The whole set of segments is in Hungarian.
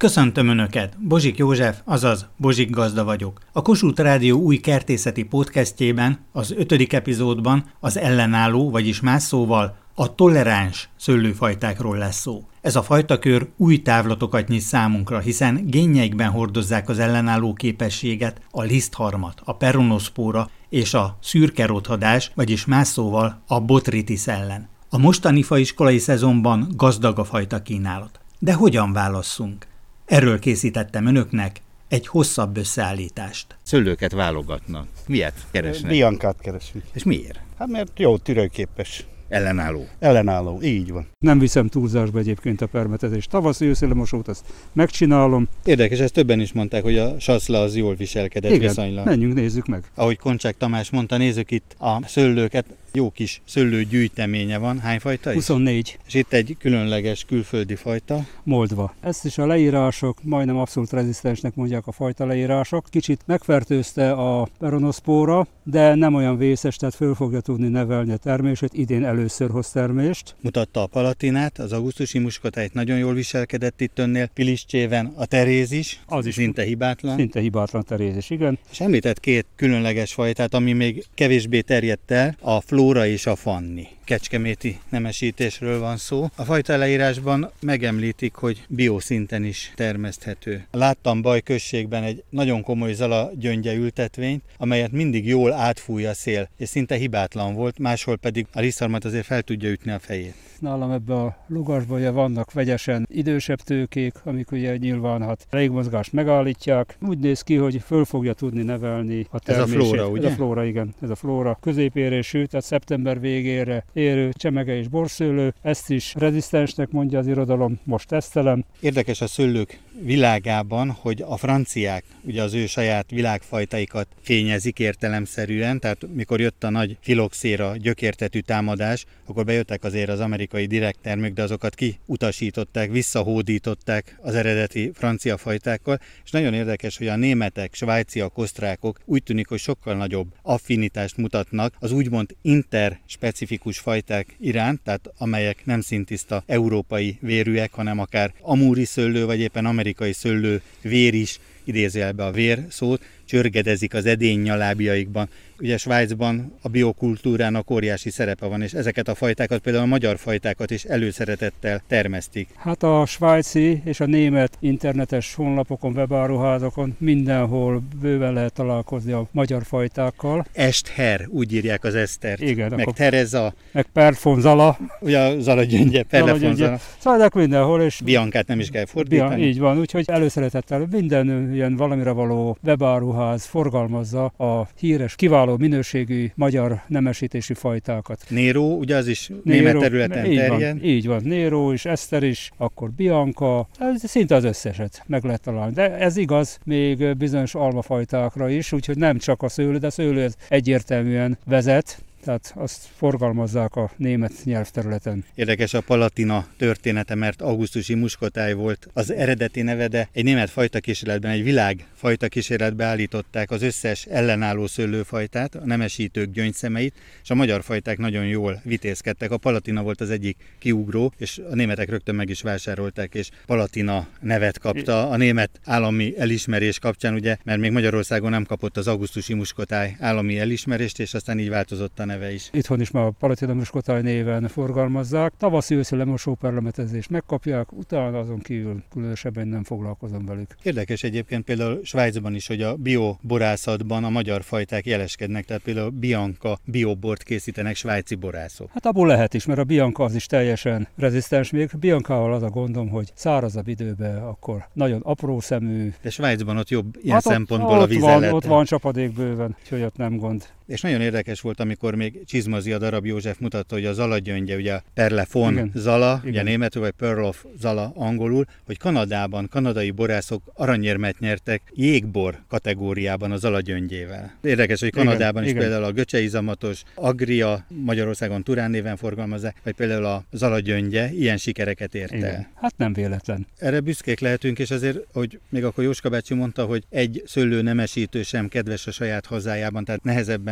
Köszöntöm Önöket! Bozsik József, azaz Bozsik Gazda vagyok. A Kossuth Rádió új kertészeti podcastjében, az 5. epizódban az ellenálló, vagyis más szóval a toleráns szőlőfajtákról lesz szó. Ez a fajtakör új távlatokat nyit számunkra, hiszen génjeikben hordozzák az ellenálló képességet a lisztharmat, a peronoszpóra és a szürkerothadás, vagyis más szóval a botrytis ellen. A mostani faiskolai szezonban gazdag a fajta kínálat. De hogyan válasszunk? Erről készítettem Önöknek egy hosszabb összeállítást. Szőlőket válogatnak. Miért keresnek? Biancát keresünk. És miért? Hát mert jó tűrőképes. Ellenálló. Ellenálló, így van. Nem viszem túlzásba egyébként a permetezést. Tavaszi őszi lemosót azt megcsinálom. Érdekes, ezt többen is mondták, hogy a saszla az jól viselkedett viszonylag. Menjünk, nézzük meg. Ahogy Koncsák Tamás mondta, nézzük itt a szőlőket. Jó kis szőlőgyűjteménye van. Hány fajta is? 24. És itt egy különleges külföldi fajta. Moldva. Ezt is a leírások majdnem abszolút rezisztensnek mondják a fajta leírások. Kicsit megfertőzte a peronoszpóra, de nem olyan vészes, tehát föl fogja tudni nevelni a termését. Idén először hoz termést. Mutatta a palatinát, az augusztusi muskotájt nagyon jól viselkedett itt önnél. Piliscséven a teréz is, Az is szinte hibátlan. Szinte hibátlan terézis, igen. És említett két különleges fajtát, ami még kevésbé terjedt el, a Flóra és a Fanni. Kecskeméti nemesítésről van szó. A fajta leírásban megemlítik, hogy bioszinten is termeszthető. Láttam Baj községben egy nagyon komoly zalagyöngye ültetvényt, amelyet mindig jól átfúj a szél, és szinte hibátlan volt, máshol pedig a lisztharmat azért fel tudja ütni a fejét. Nálam ebben a lugasban ugye vannak vegyesen idősebb tőkék, amik ugye nyilván légmozgást megállítják. Úgy néz ki, hogy föl fogja tudni nevelni a termését. Ez a Flóra, ugye? Ez a Flóra, igen. Ez a Flóra középérésű, tehát szeptember végére érő csemege és borszőlő. Ezt is rezisztensnek mondja az irodalom, most tesztelem. Érdekes a szőlők világában, hogy a franciák ugye az ő saját világfajtaikat fényezik értelemszerűen, tehát mikor jött a nagy filoxéra gyökértetű támadás, akkor bejöttek azért az amerikai direkttermők, de azokat kiutasították, visszahódították az eredeti francia fajtákkal, és nagyon érdekes, hogy a németek, svájciak, osztrákok úgy tűnik, hogy sokkal nagyobb affinitást mutatnak az úgymond interspecifikus fajták iránt, tehát amelyek nem szintiszta európai vérűek, hanem akár amúri szőlő, vagy éppen amerikai szőlő vér is, idézőjelbe a vér szót, csörgedezik az edénnyalábjaikban. Ugye Svájcban a biokultúrának óriási szerepe van, és ezeket a fajtákat, például a magyar fajtákat is előszeretettel termesztik. Hát a svájci és a német internetes honlapokon, webáruházakon mindenhol bőven lehet találkozni a magyar fajtákkal. Esther, úgy írják az Esztert. Igen, meg Tereza. Meg Perfonzala. Ugye a zalagyöngye, Perlefonzala. Szóval mindenhol. És Biancát nem is kell fordítani. Így van, úgyhogy előszeretettel minden ilyen valamire való webáruház forgalmazza a híres, kiváló minőségű magyar nemesítési fajtákat. Nero, ugye az is német területen terjed. Így van, Nero is, Eszter is, akkor Bianca, szinte az összeset meg lehet találni. De ez igaz még bizonyos almafajtákra is, úgyhogy nem csak a szőlő, de a szőlő ez egyértelműen vezet. Tehát azt forgalmazzák a német nyelvterületen. Érdekes a Palatina története, mert augusztusi muskotáj volt az eredeti neve, de egy német fajtakísérletben, egy világ fajtakísérletbe állították az összes ellenálló szőlőfajtát, a nemesítők gyöngyszemeit, és a magyar fajták nagyon jól vitézkedtek. A Palatina volt az egyik kiugró, és a németek rögtön meg is vásárolták, és Palatina nevet kapta a német állami elismerés kapcsán, ugye, mert még Magyarországon nem kapott az augusztusi muskotáj állami elismerést, és aztán így változott a neve is. Itthon is már a Palatina muskotáj néven forgalmazzák. Tavaszi őszi lemosó perlemetezést megkapják, utána azon kívül különösebben nem foglalkozom velük. Érdekes egyébként például Svájcban is, hogy a bioborászatban a magyar fajták jeleskednek, tehát például Bianca biobort készítenek svájci borászok. Hát abból lehet is, mert a Bianca az is teljesen rezisztens még. Biancával az a gondom, hogy szárazabb időben akkor nagyon apró szemű. De Svájcban ott jobb ilyen szempontból a vízellete. Ott van csapadék bőven, úgyhogy ott nem gond. És nagyon érdekes volt, amikor még Csizmazi a Darab József mutatta, hogy a zalagyöngye, ugye a Perle von Zala, ugye németül, vagy Pearl of Zala angolul, hogy Kanadában kanadai borászok aranyérmet nyertek jégbor kategóriában a zalagyöngyével. Érdekes, hogy Kanadában is például a göcseizamatos Agria, Magyarországon Turán néven forgalmazzák, vagy például a zalagyöngye ilyen sikereket ért el. Hát nem véletlen. Erre büszkék lehetünk, és azért, hogy még akkor Jóska bácsi mondta, hogy egy szőlő nemesítő sem kedves a saját hazájában, tehát nehezebben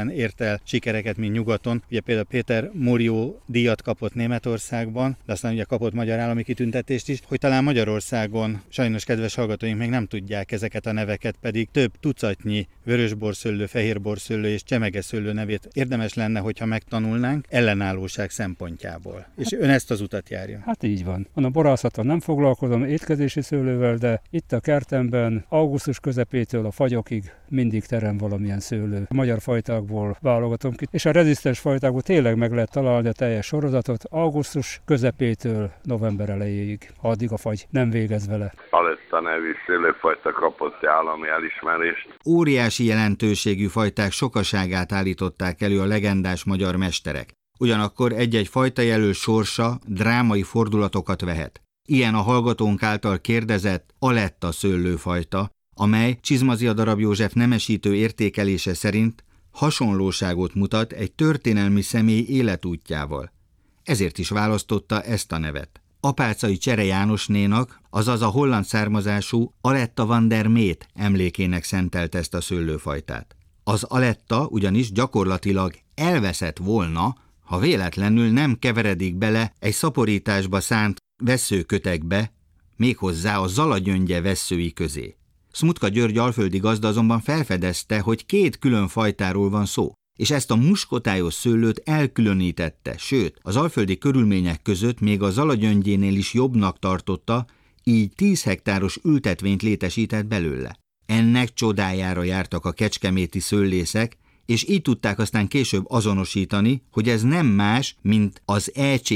területeken ért el sikereket, mint nyugaton. Ugye például Péter Morió díjat kapott Németországban, de aztán ugye kapott magyar állami kitüntetést is, hogy talán Magyarországon, sajnos kedves hallgatóink még nem tudják ezeket a neveket, pedig több tucatnyi vörösborszőlő, fehérborszőlő és csemegeszőlő nevét érdemes lenne, hogyha megtanulnánk ellenállóság szempontjából. És ön ezt az utat járja. Hát így van. A borászattal nem foglalkozom, étkezési szőlővel, de itt a kertemben augusztus közepétől a fagyokig mindig terem valamilyen szőlő. A magyar fajtákból válogatom ki, és a rezisztens fajtákból tényleg meg lehet találni a teljes sorozatot augusztus közepétől november elejéig, addig a fagy nem végez vele. Aletta nevű szőlőfajta kapott állami elismerést. Óriási jelentőségű fajták sokaságát állították elő a legendás magyar mesterek. Ugyanakkor egy-egy fajtajelöl sorsa drámai fordulatokat vehet. Ilyen a hallgatónk által kérdezett Aletta szőlőfajta, amely Csizmazia Darab József nemesítő értékelése szerint hasonlóságot mutat egy történelmi személy életútjával. Ezért is választotta ezt a nevet. Apácai Csere Jánosnénak, azaz a holland származású Aletta van der Meet emlékének szentelt ezt a szőlőfajtát. Az Aletta ugyanis gyakorlatilag elveszett volna, ha véletlenül nem keveredik bele egy szaporításba szánt vesszőkötekbe, méghozzá a Zalagyöngye vesszői közé. Szmutka György alföldi gazda azonban felfedezte, hogy két külön fajtáról van szó, és ezt a muskotályos szőlőt elkülönítette, sőt, az alföldi körülmények között még a Zalagyöngyénél is jobbnak tartotta, így 10 hektáros ültetvényt létesített belőle. Ennek csodájára jártak a kecskeméti szőlészek, és így tudták aztán később azonosítani, hogy ez nem más, mint az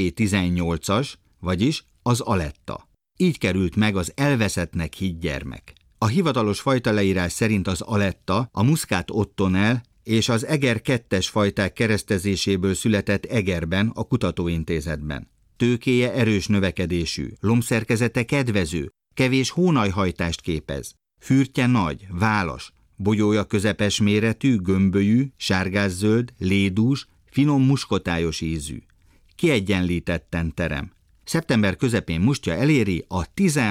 EC18-as, vagyis az Aletta. Így került meg az elveszettnek hitt gyermek. A hivatalos fajtaleírás szerint az Aletta a Muscat Ottonel és az Eger 2-es fajták keresztezéséből született Egerben, a kutatóintézetben. Tőkéje erős növekedésű, lombszerkezete kedvező, kevés hónajhajtást képez. Fürtje nagy, válas, bogyója közepes méretű, gömbölyű, sárgászöld, lédús, finom muskotályos ízű. Kiegyenlítetten terem. Szeptember közepén mustja eléri a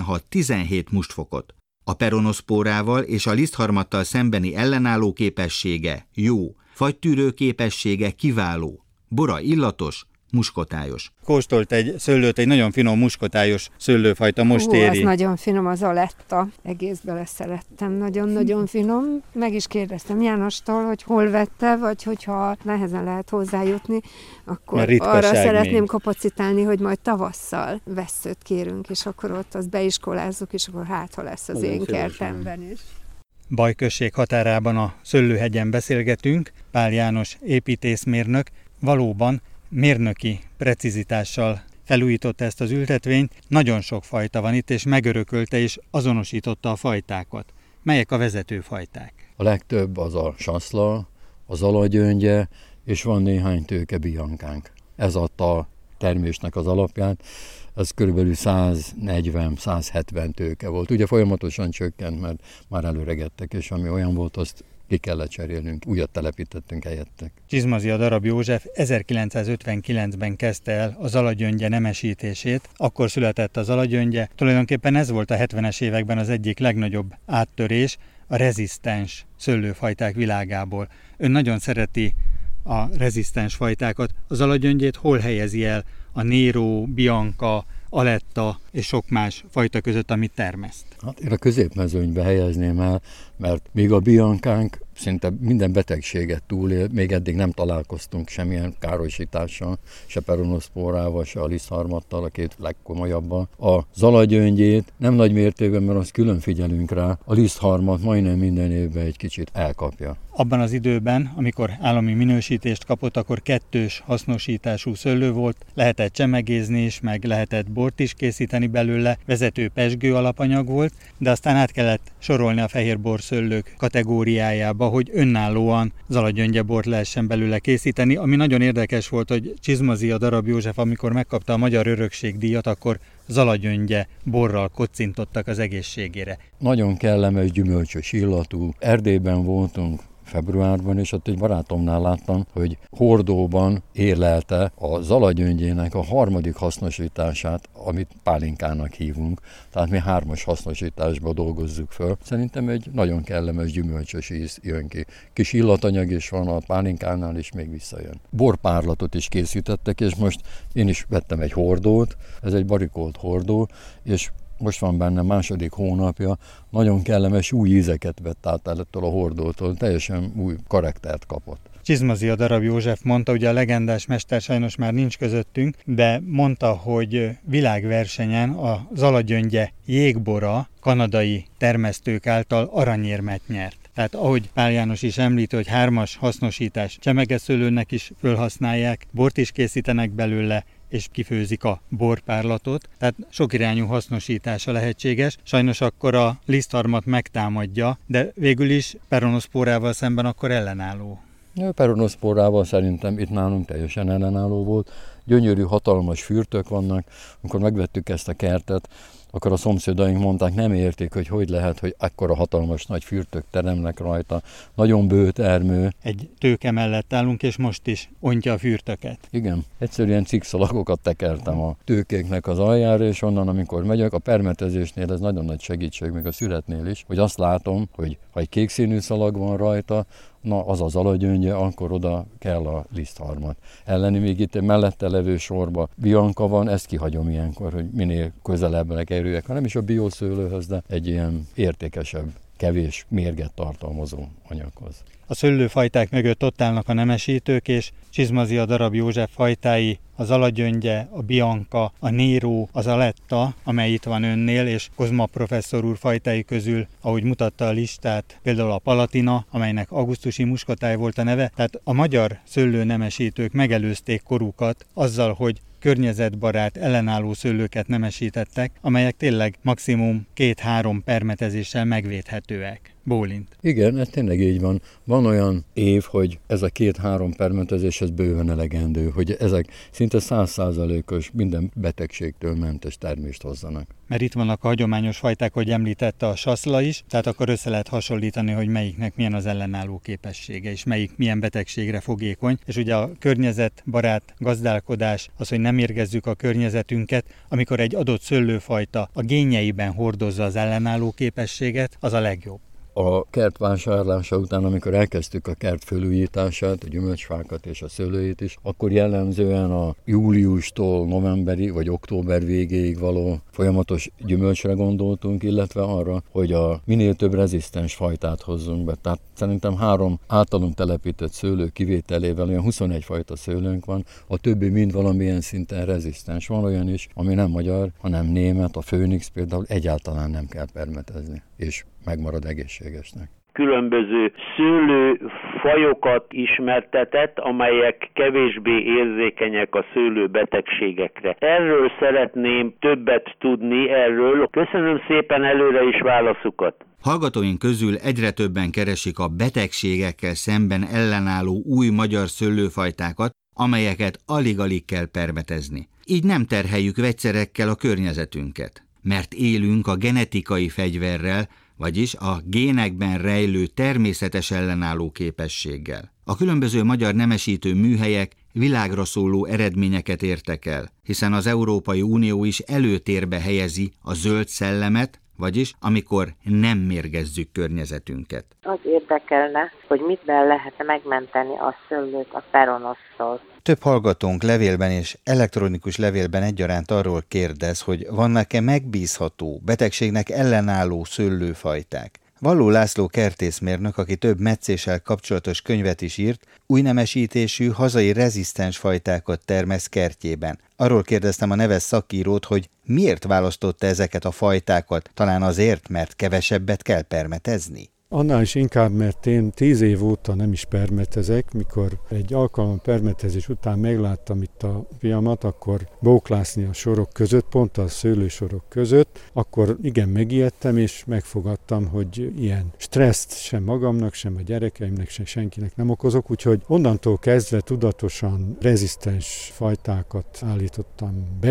16-17 mustfokot. A peronoszpórával és a lisztharmattal szembeni ellenálló képessége jó, fagytűrő képessége kiváló, bora illatos, muskotályos. Kóstolt egy szőlőt, egy nagyon finom muskotályos szőlőfajta most éri. Az nagyon finom, az Aletta. Egész beleszerettem, nagyon-nagyon finom. Meg is kérdeztem Jánostól, hogy hol vette, vagy hogyha nehezen lehet hozzájutni, akkor arra szeretném kapacitálni, hogy majd tavasszal vesszőt kérünk, és akkor ott azt beiskolázzuk, és akkor hát, ha lesz az én kertemben is. Baj község határában a Szöllőhegyen beszélgetünk, Pál János építészmérnök valóban mérnöki precizitással felújította ezt az ültetvényt. Nagyon sok fajta van itt, és megörökölte és azonosította a fajtákat. Melyek a vezető fajták? A legtöbb az a saszla, a zalagyöngye, és van néhány tőke biankánk. Ez adta a termésnek az alapját. Ez körülbelül 140-170 tőke volt. Ugye folyamatosan csökkent, mert már előregettek, és ami olyan volt, azt ki kellett cserélnünk, újat telepítettünk helyettek. Csizmazia Darab József 1959-ben kezdte el a Zalagyöngye nemesítését, akkor született a Zalagyöngye. Tulajdonképpen ez volt a 70-es években az egyik legnagyobb áttörés a rezisztens szőlőfajták világából. Ön nagyon szereti a rezisztens fajtákat. A Zalagyöngyét hol helyezi el a Nero, Bianca, Aletta és sok más fajta között, amit termeszt? Hát én a középmezőnybe helyezném el, mert még a Biancánk szinte minden betegséget túlél, még eddig nem találkoztunk semmilyen károsítással, se peronoszpórával, se a lisztharmattal, a két legkomolyabban. A Zalagyöngyét nem nagy mértékben, mert azt külön figyelünk rá, a lisztharmat majdnem minden évben egy kicsit elkapja. Abban az időben, amikor állami minősítést kapott, akkor 2-s hasznosítású szőlő volt, lehetett csemegézni is, meg lehetett bort is készíteni belőle, vezető pezsgő alapanyag volt, de aztán át kellett sorolni a fehérborszőlők kategóriájába, hogy önállóan Zalagyöngyebort lehessen belőle készíteni. Ami nagyon érdekes volt, hogy Csizmazia Darab József, amikor megkapta a Magyar Örökségdíjat, akkor Zalagyöngye borral kocintottak az egészségére. Nagyon kellemes, gyümölcsös illatú. Erdélyben voltunk februárban, és ott egy barátomnál láttam, hogy hordóban érlelte a zalagyöngyének a harmadik hasznosítását, amit pálinkának hívunk. Tehát mi 3-as hasznosításba dolgozzuk föl. Szerintem egy nagyon kellemes gyümölcsös íz jön ki. Kis illatanyag is van a pálinkánál, és még visszajön. Borpárlatot is készítettek, és most én is vettem egy hordót, ez egy barikolt hordó, és most van benne második hónapja, nagyon kellemes új ízeket vett át ettől a hordótól, teljesen új karaktert kapott. Csizmazia Darab József mondta, ugye a legendás mester sajnos már nincs közöttünk, de mondta, hogy világversenyen a zalagyöngye jégbora kanadai termesztők által aranyérmet nyert. Tehát ahogy Pál János is említi, hogy 3-as hasznosítás csemegeszőlőnek is fölhasználják, bort is készítenek belőle, és kifőzik a borpárlatot, tehát sokirányú hasznosítása lehetséges. Sajnos akkor a lisztharmat megtámadja, de végül is peronoszpórával szemben akkor ellenálló. Peronoszpórával szerintem itt nálunk teljesen ellenálló volt. Gyönyörű, hatalmas fürtök vannak. Amikor megvettük ezt a kertet, akkor a szomszédaink mondták, nem érték, hogy lehet, hogy akkora hatalmas nagy fürtök teremnek rajta. Nagyon bő termő. Egy tőke mellett állunk, és most is ontja a fürtöket. Igen, egyszerűen cikszalagokat tekertem a tőkéknek az aljára, és onnan, amikor megyek, a permetezésnél ez nagyon nagy segítség, még a születnél is, hogy azt látom, hogy ha egy kék színű szalag van rajta, na az az alagyöngye, akkor oda kell a lisztharmat. Elleni még itt mellette levő sorba Bianca van, ezt kihagyom ilyenkor, hogy minél közelebb kerüljek, ha nem is a bioszőlőhöz, de egy ilyen értékesebb, kevés mérget tartalmazó anyaghoz. A szőlőfajták mögött ott állnak a nemesítők, és Csizmazia Darab József fajtái, az alagyöngye, a Bianca, a Nero, az Aletta, amely itt van önnél, és Kozma professzor úr fajtái közül, ahogy mutatta a listát, például a Palatina, amelynek augusztusi muskotáj volt a neve. Tehát a magyar szőlőnemesítők megelőzték korukat azzal, hogy környezetbarát, ellenálló szőlőket nemesítettek, amelyek tényleg maximum 2-3 permetezéssel megvédhetőek. Bólint. Igen, ez tényleg így van. Van olyan év, hogy ez a 2-3 permetezéshez bőven elegendő, hogy ezek szinte 100%-os minden betegségtől mentes termést hozzanak. Mert itt vannak a hagyományos fajták, hogy említette a saszla is, tehát akkor össze lehet hasonlítani, hogy melyiknek milyen az ellenálló képessége, és melyik milyen betegségre fogékony. És ugye a környezetbarát gazdálkodás, az, hogy nem mérgezzük a környezetünket, amikor egy adott szőlőfajta a génjeiben hordozza az ellenálló képességet, az a legjobb. A kert vásárlása után, amikor elkezdtük a kert fölújítását, a gyümölcsfákat és a szőlőjét is, akkor jellemzően a júliustól novemberi vagy október végéig való folyamatos gyümölcsre gondoltunk, illetve arra, hogy a minél több rezisztens fajtát hozzunk be. Tehát szerintem 3 általunk telepített szőlő kivételével olyan 21 fajta szőlőnk van, a többi mind valamilyen szinten rezisztens. Van olyan is, ami nem magyar, hanem német, a Főnix például egyáltalán nem kell permetezni, és megmarad egészségesnek. Különböző szőlőfajokat ismertetett, amelyek kevésbé érzékenyek a szőlőbetegségekre. Erről szeretném többet tudni, erről. Köszönöm szépen előre is válaszukat. Hallgatóink közül egyre többen keresik a betegségekkel szemben ellenálló új magyar szőlőfajtákat, amelyeket alig-alig kell permetezni. Így nem terheljük vegyszerekkel a környezetünket, mert élünk a genetikai fegyverrel, vagyis a génekben rejlő természetes ellenálló képességgel. A különböző magyar nemesítő műhelyek világra szóló eredményeket értek el, hiszen az Európai Unió is előtérbe helyezi a zöld szellemet, vagyis amikor nem mérgezzük környezetünket. Az érdekelne, hogy mitben lehet megmenteni a szőlőt a peronosztól. Több hallgatónk levélben és elektronikus levélben egyaránt arról kérdez, hogy vannak-e megbízható, betegségnek ellenálló szőlőfajták. Valló László kertészmérnök, aki több metszéssel kapcsolatos könyvet is írt, új nemesítésű, hazai rezisztens fajtákat termesz kertjében. Arról kérdeztem a neves szakírót, hogy miért választotta ezeket a fajtákat, talán azért, mert kevesebbet kell permetezni? Annál is inkább, mert én 10 év óta nem is permetezek, mikor egy alkalom permetezés után megláttam itt a fiamat, akkor bóklászni a sorok között, pont a szőlősorok között, akkor igen megijedtem, és megfogadtam, hogy ilyen stresszt sem magamnak, sem a gyerekeimnek, sem senkinek nem okozok, úgyhogy onnantól kezdve tudatosan rezisztens fajtákat állítottam be.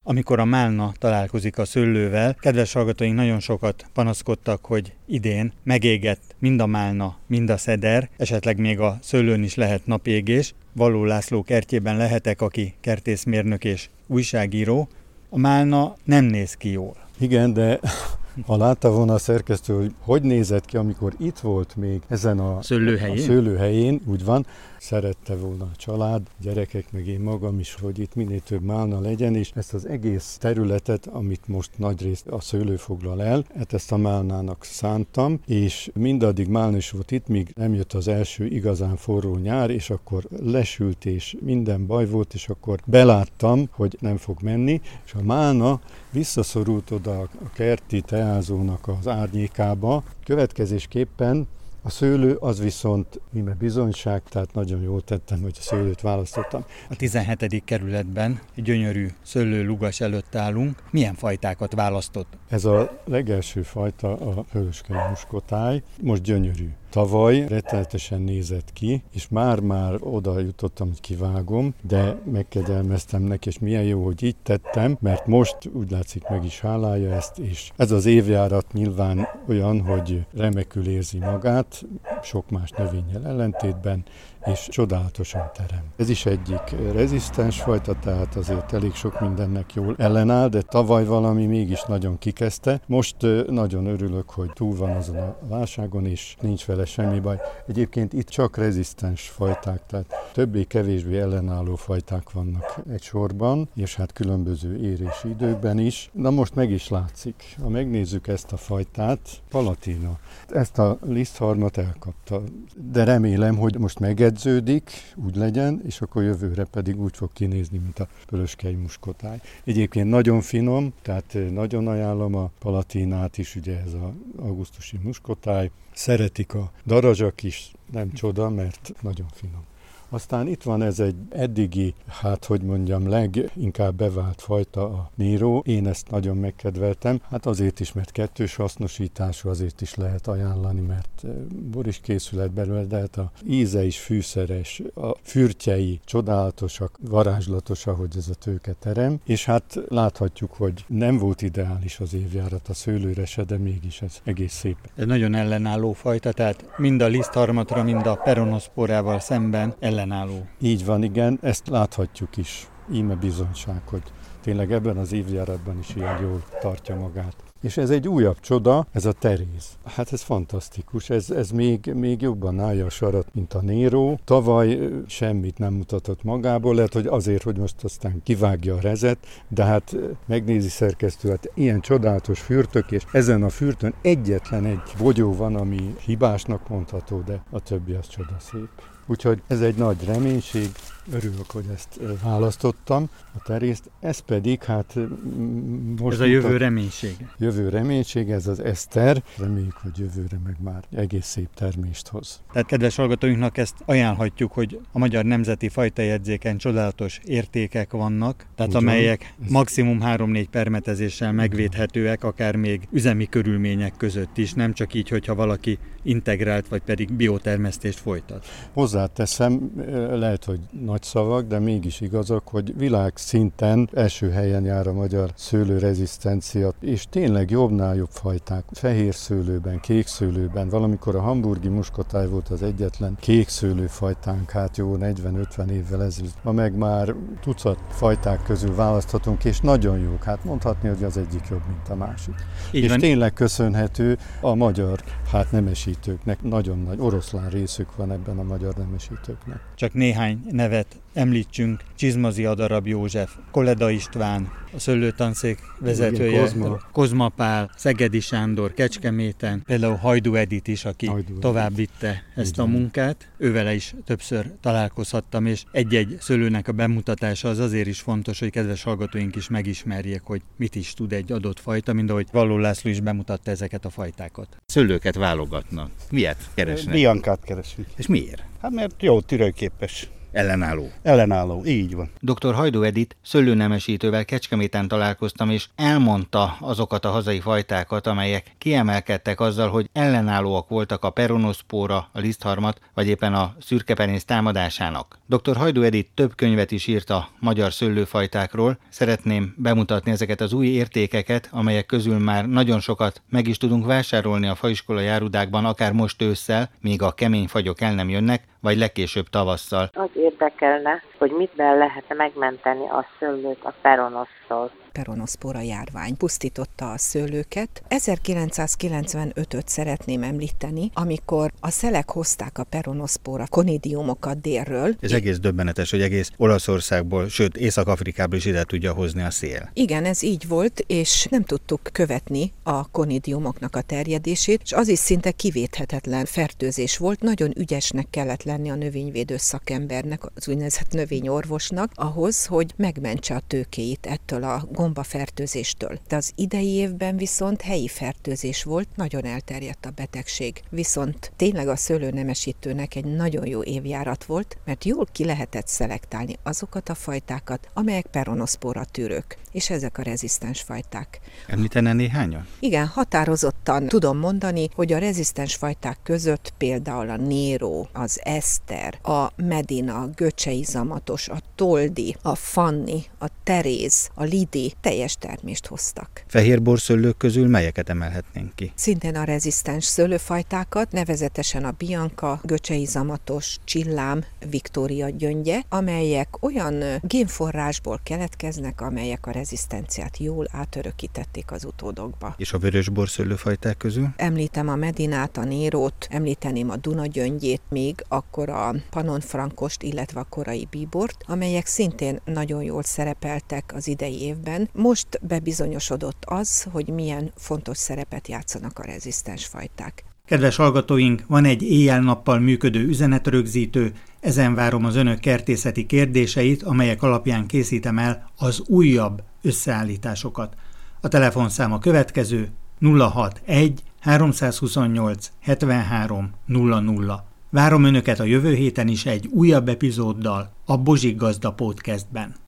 Amikor a málna találkozik a szőlővel, kedves hallgatóink nagyon sokat panaszkodtak, hogy idén megégett mind a málna, mind a szeder, esetleg még a szőlőn is lehet napégés. Valló László kertjében lehetek, aki kertészmérnök és újságíró. A málna nem néz ki jól. Igen, de ha látta volna a szerkesztő, hogy nézett ki, amikor itt volt még ezen a szőlőhelyén, úgy van, szerette volna a család, gyerekek, meg én magam is, hogy itt minél több málna legyen, és ezt az egész területet, amit most nagyrészt a szőlő foglal el, ezt a málnának szántam, és mindaddig málna is volt itt, míg nem jött az első igazán forró nyár, és akkor lesült, és minden baj volt, és akkor beláttam, hogy nem fog menni, és a málna visszaszorult oda a kerti teázónak az árnyékába. Következésképpen a szőlő az viszont íme bizonyság, tehát nagyon jól tettem, hogy a szőlőt választottam. A 17. kerületben egy gyönyörű szőlőlugas előtt állunk. Milyen fajtákat választott? Ez a legelső fajta a pölöskei muskotáj. Most gyönyörű. Tavaly rettenetesen nézett ki, és már oda jutottam, hogy kivágom, de megkegyelmeztem neki, és milyen jó, hogy így tettem, mert most úgy látszik meg is hálálja ezt, és ez az évjárat nyilván olyan, hogy remekül érzi magát, sok más növényel ellentétben, és csodálatosan terem. Ez is egyik rezisztens fajta, tehát azért elég sok mindennek jól ellenáll, de tavaly valami mégis nagyon kikezdte. Most nagyon örülök, hogy túl van azon a válságon, és nincs vele semmi baj. Egyébként itt csak rezisztens fajták, tehát többé-kevésbé ellenálló fajták vannak egy sorban, és hát különböző érési időkben is. Na most meg is látszik. Ha megnézzük ezt a fajtát, Palatina. Ezt a lisztharmat elkapta, de remélem, hogy most megedződik, úgy legyen, és akkor jövőre pedig úgy fog kinézni, mint a pölöskei muskotáj. Egyébként nagyon finom, tehát nagyon ajánlom a Palatinát is, ugye ez az augusztusi muskotáj. Szeretik a darazsak is, nem csoda, mert nagyon finom. Aztán itt van ez egy eddigi, leginkább bevált fajta, a Nero. Én ezt nagyon megkedveltem. Hát azért is, mert kettős hasznosítású, azért is lehet ajánlani, mert bor is készülhet belőle, de hát a íze is fűszeres, a fürtjei csodálatosak, varázslatos, ahogy ez a tőke terem. És hát láthatjuk, hogy nem volt ideális az évjárat a szőlőre se, de mégis ez egész szép. Ez nagyon ellenálló fajta, tehát mind a lisztharmatra, mind a peronoszporával szemben ellenálló. Így van, igen, ezt láthatjuk is. Íme bizonyság, hogy tényleg ebben az évjáratban is ilyen jól tartja magát. És ez egy újabb csoda, ez a teréz. Hát ez fantasztikus, ez még jobban állja a sarat, mint a Nero. Tavaly semmit nem mutatott magából, lehet, hogy azért, hogy most aztán kivágja a rezet, de hát megnézi szerkesztő, hát ilyen csodálatos fürtök, és ezen a fürtön egyetlen egy bogyó van, ami hibásnak mondható, de a többi az csodaszép. Úgyhogy ez egy nagy reménység, örülök, hogy ezt választottam, a terészt. Ez pedig, hát most... Ez a jövő reménysége. Jövő reménysége, ez az eszter. Reméljük, hogy jövőre meg már egész szép termést hoz. Tehát kedves hallgatóinknak ezt ajánlhatjuk, hogy a Magyar Nemzeti Fajtajegyzéken csodálatos értékek vannak, tehát ugyan, amelyek maximum 3-4 permetezéssel megvédhetőek, akár még üzemi körülmények között is, nem csak így, hogyha valaki integrált, vagy pedig biotermesztést folytat. Hozzáteszem, lehet, hogy nagy szavak, de mégis igazak, hogy világszinten első helyen jár a magyar szőlőrezisztencia, és tényleg jobbnál jobb fajták. Fehér szőlőben, kék szőlőben, valamikor a hamburgi muskotáj volt az egyetlen kék szőlőfajtánk, hát jó 40-50 évvel ezelőtt. Ma meg már tucat fajták közül választhatunk, és nagyon jók. Hát mondhatni, hogy az egyik jobb, mint a másik. Így és van. Tényleg köszönhető a magyar nemesítőknek. Nagyon nagy oroszlán részük van ebben a magyar nemesítőknek. Csak néhány nevet említsünk: Csizmazy Adarab József, Koleda István, a szőlőtanszék vezetője, Kozma Pál, Szegedi Sándor Kecskeméten, például Hajdú Edit is, aki tovább vitte ezt a munkát. Ővele is többször találkozhattam, és egy-egy szőlőnek a bemutatása az azért is fontos, hogy kedves hallgatóink is megismerjék, hogy mit is tud egy adott fajta, mint ahogy Valló László is bemutatta ezeket a fajtákat. Szőlőket válogatnak. Miért keresnek? Biancát keresünk. És miért? Hát mert jó tüdőképes. Ellenálló. Ellenálló, így van. Dr. Hajdú Edith szőlőnemesítővel Kecskeméten találkoztam, és elmondta azokat a hazai fajtákat, amelyek kiemelkedtek azzal, hogy ellenállóak voltak a peronoszpóra, a lisztharmat, vagy éppen a szürkepenész támadásának. Dr. Hajdú Edith több könyvet is írt a magyar szőlőfajtákról. Szeretném bemutatni ezeket az új értékeket, amelyek közül már nagyon sokat meg is tudunk vásárolni a faiskola járudákban, akár most ősszel, míg a kemény fagyok el nem jönnek, vagy legkésőbb tavasszal. Az érdekelne, hogy mitben lehet megmenteni a szőlőt a peronosztól. Peronoszpóra járvány pusztította a szőlőket. 1995-öt szeretném említeni, amikor a szelek hozták a peronoszpóra konidiumokat délről. Ez egész döbbenetes, hogy egész Olaszországból, sőt Észak-Afrikából is ide tudja hozni a szél. Igen, ez így volt, és nem tudtuk követni a konidiumoknak a terjedését, és az is szinte kivéthetetlen fertőzés volt. Nagyon ügyesnek kellett lenni a növényvédő szakembernek, az úgynevezett növényorvosnak, ahhoz, hogy megmentse a tőkéit ettől a gombafertőzéstől. De az idei évben viszont helyi fertőzés volt, nagyon elterjedt a betegség. Viszont tényleg a szőlőnemesítőnek egy nagyon jó évjárat volt, mert jól ki lehetett szelektálni azokat a fajtákat, amelyek peronoszpóra tűrők, és ezek a rezisztens fajták. Említene néhányan? Igen, határozottan tudom mondani, hogy a rezisztens fajták között például a Nero, az Eszter, a Medina, a göcsei zamatos, a Toldi, a Fanni, a Teréz, a Lidi teljes termést hoztak. Fehérborszőlők közül melyeket emelhetnénk ki? Szintén a rezisztens szőlőfajtákat, nevezetesen a Bianca, göcsei zamatos, Csillám, Viktória gyöngye, amelyek olyan génforrásból keletkeznek, amelyek a rezisztenciát jól átörökítették az utódokba. És a vörösborszőlőfajták közül? Említem a Medinát, a Nérót, említeném a Duna gyöngyét, még akkor a Pannon-frankost, illetve a korai bíbort, amelyek szintén nagyon jól szerepeltek az idei évben. Most bebizonyosodott az, hogy milyen fontos szerepet játszanak a rezisztens fajták. Kedves hallgatóink, van egy éjjel-nappal működő üzenetrögzítő, ezen várom az önök kertészeti kérdéseit, amelyek alapján készítem el az újabb összeállításokat. A telefonszám a következő: 061 328 73 00. Várom önöket a jövő héten is egy újabb epizóddal a Bozsik Gazda Podcastben.